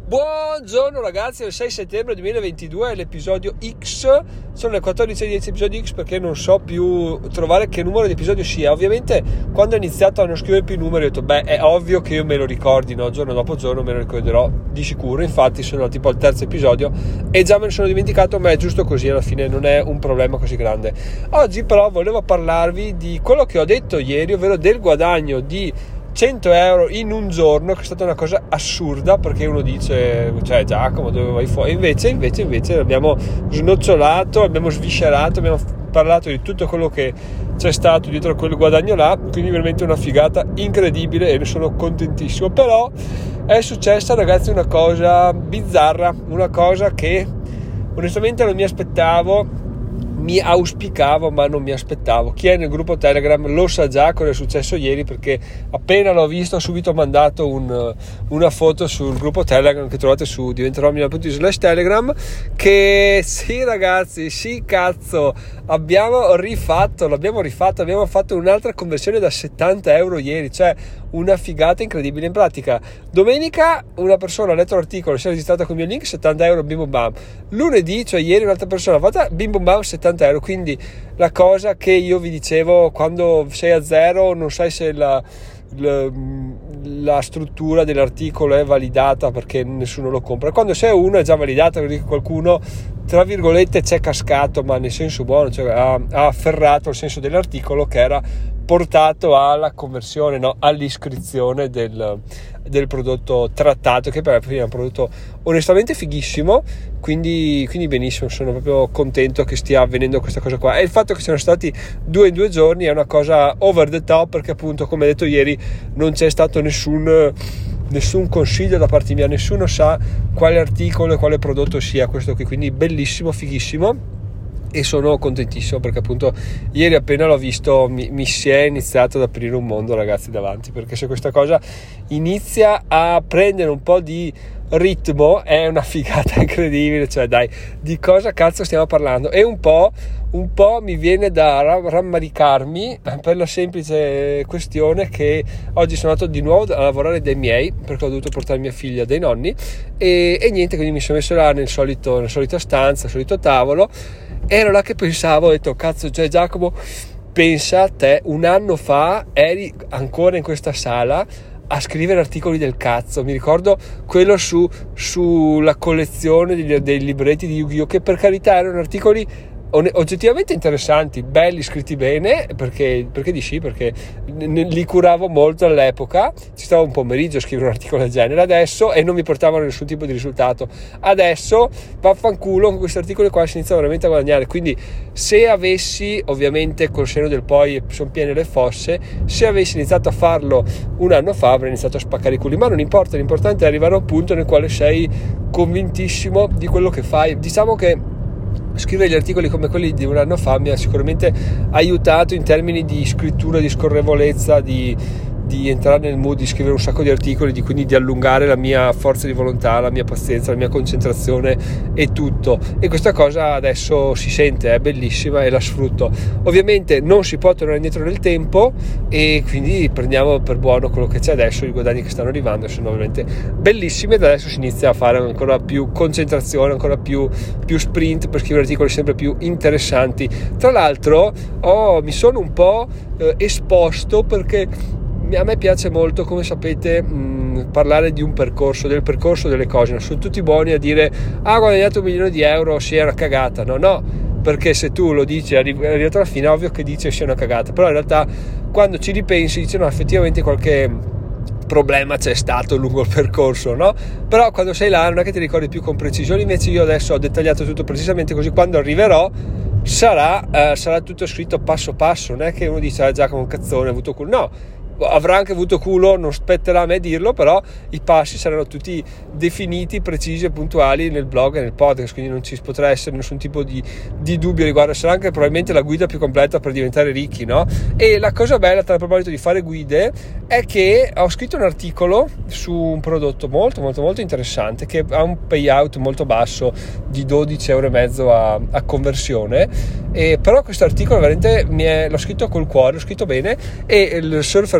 Buongiorno ragazzi, è il 6 settembre 2022, è l'episodio X, sono le 14:10 episodio X perché non so più trovare che numero di episodio sia. Ovviamente quando ho iniziato a non scrivere più i numeri ho detto è ovvio che io me lo ricordi, no? Giorno dopo giorno me lo ricorderò di sicuro, infatti sono tipo al terzo episodio e già me ne sono dimenticato, ma è giusto così, alla fine non è un problema così grande. Oggi però volevo parlarvi di quello che ho detto ieri, ovvero del guadagno di 100 euro in un giorno, che è stata una cosa assurda, perché uno dice Giacomo dove vai fuori, invece abbiamo snocciolato, abbiamo sviscerato, abbiamo parlato di tutto quello che c'è stato dietro a quel guadagno là, quindi veramente una figata incredibile e ne sono contentissimo. Però è successa ragazzi una cosa bizzarra, una cosa che onestamente non mi aspettavo, mi auspicavo ma non mi aspettavo. Chi è nel gruppo Telegram lo sa già cosa è successo ieri, perché appena l'ho visto ho subito mandato una foto sul gruppo Telegram che trovate su diventeromina.it/telegram, che sì ragazzi, sì cazzo, abbiamo fatto un'altra conversione da 70 euro ieri, cioè una figata incredibile. In pratica domenica una persona ha letto l'articolo, si è registrata con il mio link, 70 euro bim bum bam. Lunedì, cioè ieri, un'altra persona ha fatto bim bum bam 70 euro. Quindi la cosa che io vi dicevo, quando sei a zero non sai se la struttura dell'articolo è validata perché nessuno lo compra. Quando sei uno è già validata perché qualcuno tra virgolette c'è cascato, ma nel senso buono, cioè ha afferrato il senso dell'articolo che era portato alla conversione, no? All'iscrizione del prodotto trattato, che per me è un prodotto onestamente fighissimo, quindi benissimo, sono proprio contento che stia avvenendo questa cosa qua. E il fatto che siano stati 2 in 2 giorni è una cosa over the top, perché appunto, come detto ieri, non c'è stato nessun consiglio da parte mia, nessuno sa quale articolo e quale prodotto sia questo qui, quindi bellissimo, fighissimo. E sono contentissimo perché appunto ieri appena l'ho visto mi si è iniziato ad aprire un mondo ragazzi davanti, perché se questa cosa inizia a prendere un po' di ritmo è una figata incredibile. Cioè dai, di cosa cazzo stiamo parlando? E un po' mi viene da rammaricarmi per la semplice questione che oggi sono andato di nuovo a lavorare dai miei, perché ho dovuto portare mia figlia dai nonni e niente, quindi mi sono messo là nella solita stanza, al solito tavolo. Ero là che pensavo, ho detto cazzo, cioè Giacomo, pensa a te, un anno fa eri ancora in questa sala a scrivere articoli del cazzo. Mi ricordo quello sulla collezione dei libretti di Yu-Gi-Oh, che per carità erano articoli oggettivamente interessanti, belli, scritti bene, perché li curavo molto all'epoca, ci stavo un pomeriggio a scrivere un articolo del genere adesso e non mi portavano nessun tipo di risultato. Adesso vaffanculo, con questi articoli qua si inizia veramente a guadagnare. Quindi se avessi, ovviamente col senno del poi sono piene le fosse, se avessi iniziato a farlo un anno fa avrei iniziato a spaccare i culi, ma non importa, l'importante è arrivare a un punto nel quale sei convintissimo di quello che fai. Diciamo che scrivere gli articoli come quelli di un anno fa mi ha sicuramente aiutato in termini di scrittura, di scorrevolezza, di entrare nel mood di scrivere un sacco di articoli, quindi di allungare la mia forza di volontà, la mia pazienza, la mia concentrazione e tutto. E questa cosa adesso si sente, è bellissima e la sfrutto. Ovviamente non si può tornare indietro nel tempo e quindi prendiamo per buono quello che c'è adesso. I guadagni che stanno arrivando sono veramente bellissimi ed adesso si inizia a fare ancora più concentrazione, ancora più sprint per scrivere articoli sempre più interessanti. Tra l'altro mi sono un po' esposto, perché a me piace molto, come sapete, parlare di un percorso, del percorso delle cose. Non sono tutti buoni a dire ha guadagnato 1 milione di euro, sì, è una cagata. No, perché se tu lo dici arrivato alla fine, ovvio che dice sia una cagata, però in realtà quando ci ripensi dici no, effettivamente qualche problema c'è stato lungo il percorso, no? Però quando sei là non è che ti ricordi più con precisione. Invece io adesso ho dettagliato tutto precisamente così, quando arriverò sarà tutto scritto passo passo. Non è che uno dice Giacomo un cazzone, ha avuto culo. No, avrà anche avuto culo, non spetterà a me dirlo, però i passi saranno tutti definiti, precisi e puntuali nel blog e nel podcast, quindi non ci potrà essere nessun tipo di dubbio riguardo. Sarà anche probabilmente la guida più completa per diventare ricchi, no? E la cosa bella, tra proposito di fare guide, è che ho scritto un articolo su un prodotto molto molto molto interessante che ha un payout molto basso di 12,5 euro a conversione, però questo articolo veramente l'ho scritto col cuore, l'ho scritto bene, e il Surfer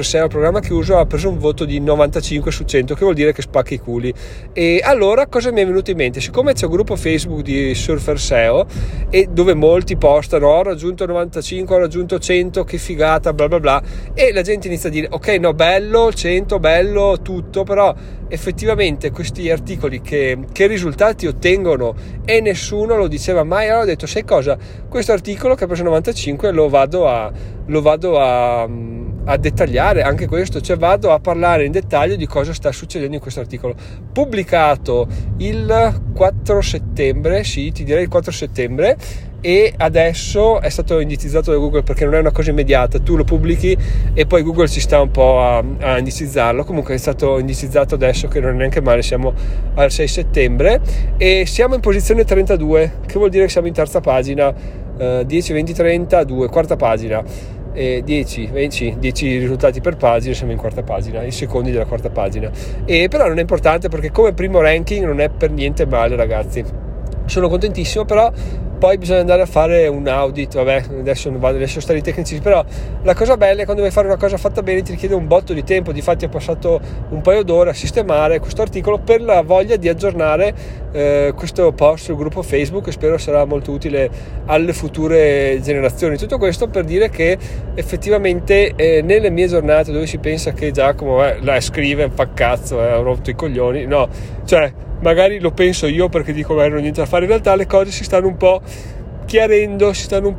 SEO, il programma che uso, ha preso un voto di 95 su 100, che vuol dire che spacca i culi. E allora cosa mi è venuto in mente? Siccome c'è un gruppo Facebook di Surfer SEO e dove molti postano ho raggiunto 95, ho raggiunto 100, che figata, bla bla bla, e la gente inizia a dire ok, no, bello 100, bello tutto, però effettivamente questi articoli che risultati ottengono e nessuno lo diceva mai. Allora ho detto, sai cosa, questo articolo che ha preso 95 lo vado a dettagliare anche questo, cioè vado a parlare in dettaglio di cosa sta succedendo in questo articolo, pubblicato il 4 settembre, sì, ti direi il 4 settembre, e adesso è stato indicizzato da Google, perché non è una cosa immediata, tu lo pubblichi e poi Google ci sta un po' a indicizzarlo. Comunque è stato indicizzato adesso, che non è neanche male, siamo al 6 settembre e siamo in posizione 32, che vuol dire che siamo in terza pagina, 10, 20, 30, 2, quarta pagina, 10 risultati per pagina, siamo in quarta pagina, i secondi della quarta pagina, e però non è importante, perché come primo ranking non è per niente male, ragazzi, sono contentissimo. Però poi bisogna andare a fare un audit, vabbè, adesso non vado a lasciare stare i tecnici, però la cosa bella è quando vuoi fare una cosa fatta bene ti richiede un botto di tempo. Difatti ho passato un paio d'ore a sistemare questo articolo per la voglia di aggiornare questo post sul gruppo Facebook, e spero sarà molto utile alle future generazioni. Tutto questo per dire che effettivamente nelle mie giornate, dove si pensa che Giacomo la scrive, fa cazzo, ha rotto i coglioni, no, cioè magari lo penso io perché dico non ho niente da fare, in realtà le cose si stanno un po' chiarendo, si stanno un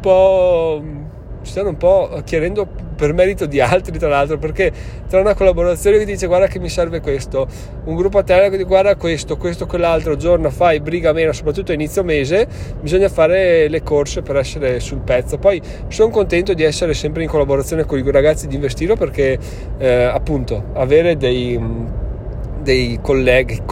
po' chiarendo per merito di altri, tra l'altro, perché tra una collaborazione che dice guarda che mi serve questo, un gruppo a Telegram che dice guarda questo, quell'altro, giorno fai, briga meno, soprattutto a inizio mese bisogna fare le corse per essere sul pezzo. Poi sono contento di essere sempre in collaborazione con i ragazzi di Investiro, perché appunto avere dei colleghi,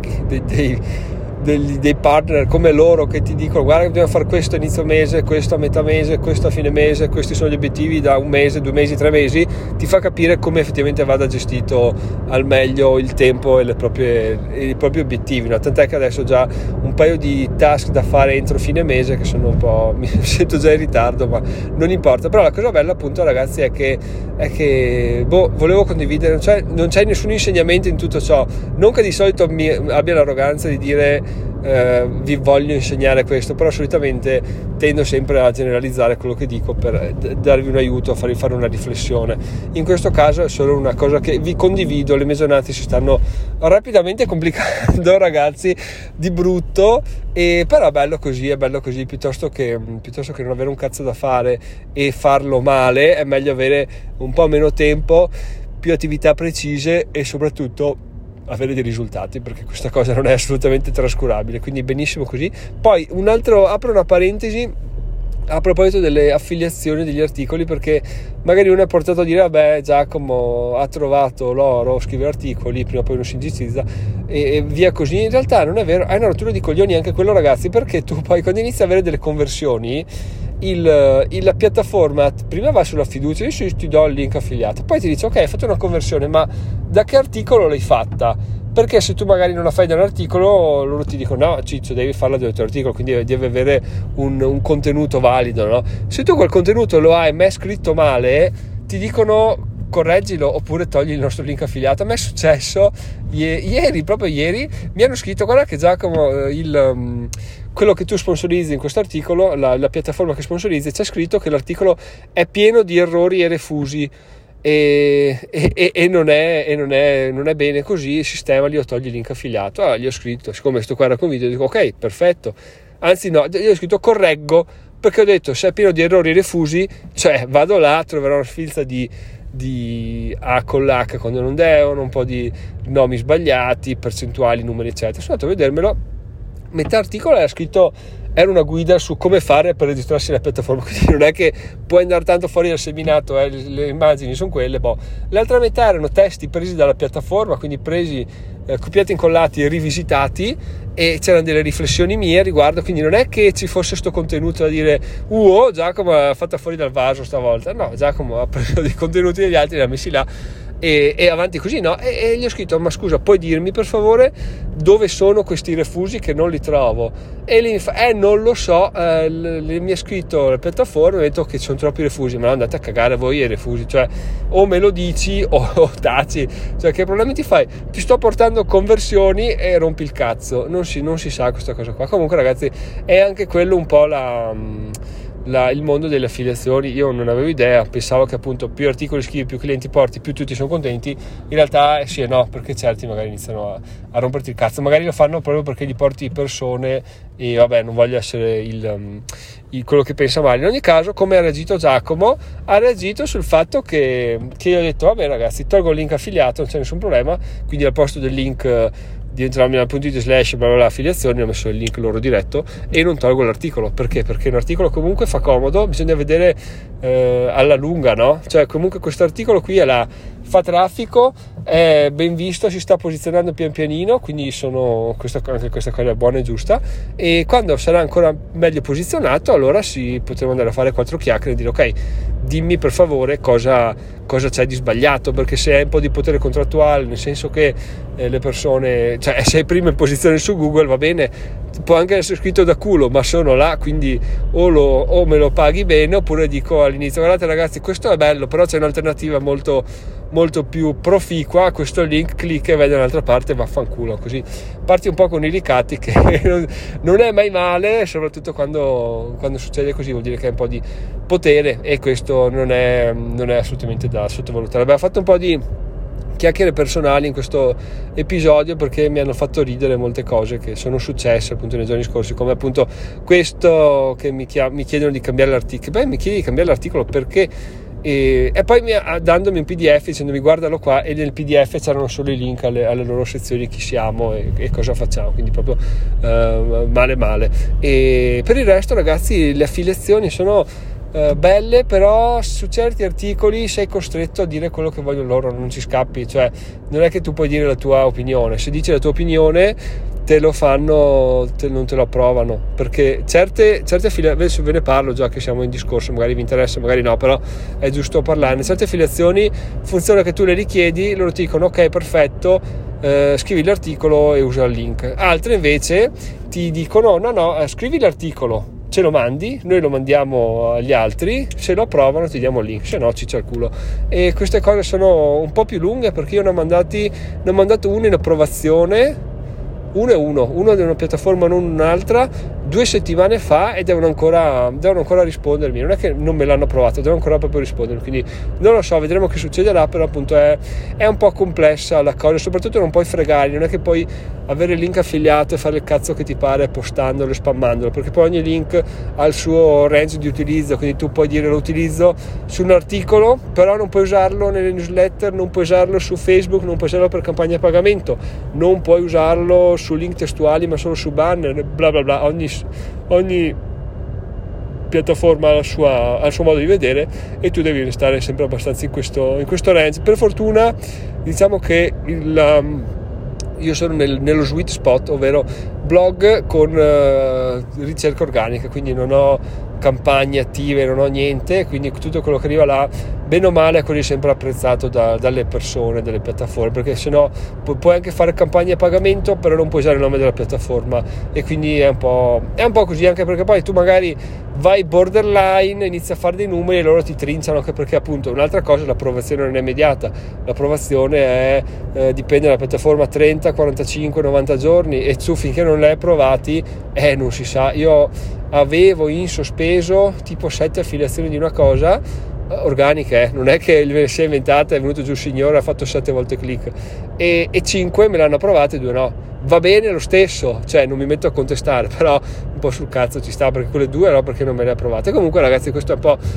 dei partner come loro che ti dicono guarda che dobbiamo fare questo a inizio mese, questo a metà mese, questo a fine mese, questi sono gli obiettivi da un mese, 2 mesi, 3 mesi, ti fa capire come effettivamente vada gestito al meglio il tempo e i propri obiettivi, no? Tant'è che adesso ho già un paio di task da fare entro fine mese, che sono un po', mi sento già in ritardo, ma non importa. Però la cosa bella appunto, ragazzi, è che volevo condividere, non c'è nessun insegnamento in tutto ciò, non che di solito abbia l'arroganza di dire vi voglio insegnare questo, però solitamente tendo sempre a generalizzare quello che dico per darvi un aiuto, a farvi fare una riflessione. In questo caso è solo una cosa che vi condivido. Le mie giornate si stanno rapidamente complicando, ragazzi, di brutto, e però è bello così, piuttosto che non avere un cazzo da fare e farlo male, è meglio avere un po' meno tempo, più attività precise e soprattutto avere dei risultati, perché questa cosa non è assolutamente trascurabile, quindi benissimo così. Poi apro una parentesi a proposito delle affiliazioni degli articoli, perché magari uno è portato a dire vabbè, Giacomo ha trovato l'oro, scrive articoli, prima o poi non si indicizza e via così. In realtà non è vero, è una rottura di coglioni anche quello, ragazzi, perché tu poi quando inizi a avere delle conversioni la piattaforma prima va sulla fiducia, io ti do il link affiliato, poi ti dice ok, hai fatto una conversione, ma da che articolo l'hai fatta? Perché se tu magari non la fai da un articolo, loro ti dicono no ciccio, devi farla da un tuo articolo, quindi devi avere un contenuto valido, no? Se tu quel contenuto lo hai ma è scritto male, ti dicono correggilo oppure togli il nostro link affiliato. A me è successo proprio ieri mi hanno scritto guarda che Giacomo quello che tu sponsorizzi in questo articolo, la piattaforma che sponsorizzi, c'è scritto che l'articolo è pieno di errori e refusi e non è bene così, il sistema gli toglie il link affiliato. Allora gli ho scritto, siccome sto qua era con video, dico ok, perfetto, anzi no, gli ho scritto correggo, perché ho detto se è pieno di errori e refusi, cioè vado là, troverò una filza di A con l'H quando non devono, un po' di nomi sbagliati, percentuali, numeri eccetera. Sono andato a vedermelo, metà articolo era scritto, era una guida su come fare per registrarsi nella piattaforma, quindi non è che puoi andare tanto fuori dal seminato, le immagini sono quelle, l'altra metà erano testi presi dalla piattaforma, quindi presi, copiati, incollati e rivisitati, e c'erano delle riflessioni mie a riguardo, quindi non è che ci fosse sto contenuto da dire Giacomo ha fatto fuori dal vaso stavolta, no, Giacomo ha preso dei contenuti degli altri e li ha messi là. e avanti così, no? E gli ho scritto: ma scusa, puoi dirmi per favore dove sono questi refusi che non li trovo? E lì mi fa: non lo so, mi ha scritto la piattaforma, mi ha detto che ci sono troppi refusi. Ma andate a cagare voi i refusi, cioè o me lo dici o taci, cioè che problemi ti fai? Ti sto portando conversioni e rompi il cazzo. Non si sa questa cosa qua. Comunque ragazzi, è anche quello un po' il mondo delle affiliazioni. Io non avevo idea, pensavo che appunto più articoli scrivi, più clienti porti, più tutti sono contenti. In realtà sì e no, perché certi magari iniziano a romperti il cazzo, magari lo fanno proprio perché gli porti persone e vabbè, non voglio essere quello che pensa male. In ogni caso, come ha reagito Giacomo? Ha reagito sul fatto che io ho detto: vabbè ragazzi, tolgo il link affiliato, non c'è nessun problema, quindi al posto del link di entrarmi /it// bla bla bla affiliazioni ho messo il link loro diretto e non tolgo l'articolo. Perché un articolo comunque fa comodo, bisogna vedere alla lunga, no? Cioè comunque questo articolo qui fa traffico, è ben visto, si sta posizionando pian pianino, quindi anche questa cosa è buona e giusta, e quando sarà ancora meglio posizionato allora potremo andare a fare 4 chiacchiere e dire: ok, dimmi per favore cosa c'è di sbagliato, perché se hai un po' di potere contrattuale, nel senso che le persone, cioè sei prima in posizione su Google, va bene, può anche essere scritto da culo, ma sono là, quindi o me lo paghi bene, oppure dico all'inizio: guardate ragazzi, questo è bello, però c'è un'alternativa molto, molto più proficua, questo link, clicca e vai da un'altra parte, vaffanculo. Così parti un po' con i ricatti, che non è mai male, soprattutto quando succede così, vuol dire che hai un po' di potere, e questo non è assolutamente da sottovalutare. Abbiamo fatto un po' di chiacchiere personali in questo episodio perché mi hanno fatto ridere molte cose che sono successe appunto nei giorni scorsi, come appunto questo che mi chiedono di cambiare l'articolo. Mi chiedi di cambiare l'articolo perché? E poi dandomi un PDF dicendomi: guardalo qua, e nel PDF c'erano solo i link alle loro sezioni, chi siamo e cosa facciamo, quindi proprio male. E per il resto ragazzi, le affiliazioni sono belle, però su certi articoli sei costretto a dire quello che vogliono loro, non ci scappi, cioè non è che tu puoi dire la tua opinione. Se dici la tua opinione te lo fanno, non te lo approvano, perché certe affiliazioni, adesso ve ne parlo già che siamo in discorso, magari vi interessa, magari no, però è giusto parlarne. Certe affiliazioni funziona che tu le richiedi, loro ti dicono: ok, perfetto, scrivi l'articolo e usa il link. Altre invece ti dicono: no, scrivi l'articolo, ce lo mandi, noi lo mandiamo agli altri, se lo approvano ti diamo il link, se no ciccia il culo. E queste cose sono un po' più lunghe, perché io ne ho mandato uno in approvazione, uno di una piattaforma, non un'altra, 2 settimane fa, e devono ancora rispondermi. Non è che non me l'hanno approvato, devono ancora proprio rispondermi, quindi non lo so, vedremo che succederà. Però appunto è un po' complessa la cosa, soprattutto non puoi fregare, non è che puoi avere il link affiliato e fare il cazzo che ti pare postandolo e spammandolo, perché poi ogni link ha il suo range di utilizzo, quindi tu puoi dire: lo utilizzo su un articolo, però non puoi usarlo nelle newsletter, non puoi usarlo su Facebook, non puoi usarlo per campagne a pagamento, non puoi usarlo su link testuali ma solo su banner, bla bla bla. Ogni piattaforma ha il suo modo di vedere, e tu devi restare sempre abbastanza in questo range. Per fortuna diciamo che io sono nello sweet spot, ovvero blog con ricerca organica, quindi non ho campagne attive, non ho niente, quindi tutto quello che arriva là bene o male è così sempre apprezzato dalle persone, dalle piattaforme, perché sennò puoi anche fare campagne a pagamento però non puoi usare il nome della piattaforma, e quindi è un po' così, anche perché poi tu magari vai borderline, inizi a fare dei numeri e loro ti trinciano, anche perché appunto un'altra cosa, l'approvazione non è immediata, l'approvazione dipende dalla piattaforma, 30, 45, 90 giorni, e tu finché non l'hai approvati non si sa. Io avevo in sospeso tipo 7 affiliazioni di una cosa organiche, non è che le si è inventata, è venuto giù il signore, ha fatto 7 volte click, e 5 me l'hanno approvate, 2 no. Va bene lo stesso, cioè non mi metto a contestare, però un po' sul cazzo ci sta, perché quelle 2 no, perché non me le ha approvate. Comunque ragazzi, questo è un po'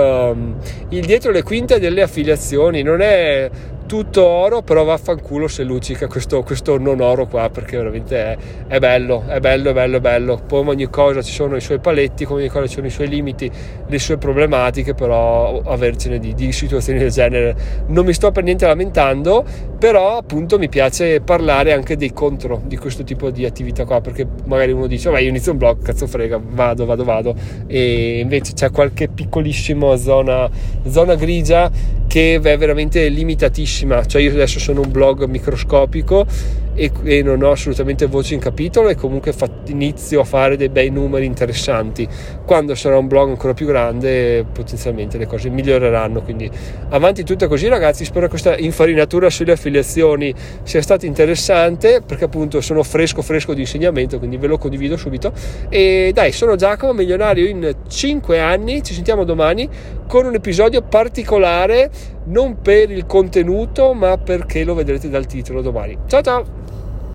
il dietro le quinte delle affiliazioni. Non è tutto oro, però vaffanculo se luccica questo non oro qua, perché veramente è bello. Poi ogni cosa ci sono i suoi paletti, come ogni cosa ci sono i suoi limiti, le sue problematiche, però avercene di situazioni del genere non mi sto per niente lamentando. però appunto mi piace parlare anche dei contro di questo tipo di attività qua, perché magari uno dice io inizio un blog, cazzo frega, vado, e invece c'è qualche piccolissima zona grigia che è veramente limitatissima. Cioè io adesso sono un blog microscopico e non ho assolutamente voce in capitolo, e comunque inizio a fare dei bei numeri interessanti. Quando sarà un blog ancora più grande potenzialmente le cose miglioreranno, quindi avanti tutta così ragazzi. Spero che questa infarinatura sulle affiliazioni sia stata interessante, perché appunto sono fresco di insegnamento, quindi ve lo condivido subito. E dai, sono Giacomo, milionario in 5 anni. Ci sentiamo domani con un episodio particolare, non per il contenuto ma perché lo vedrete dal titolo domani. Ciao.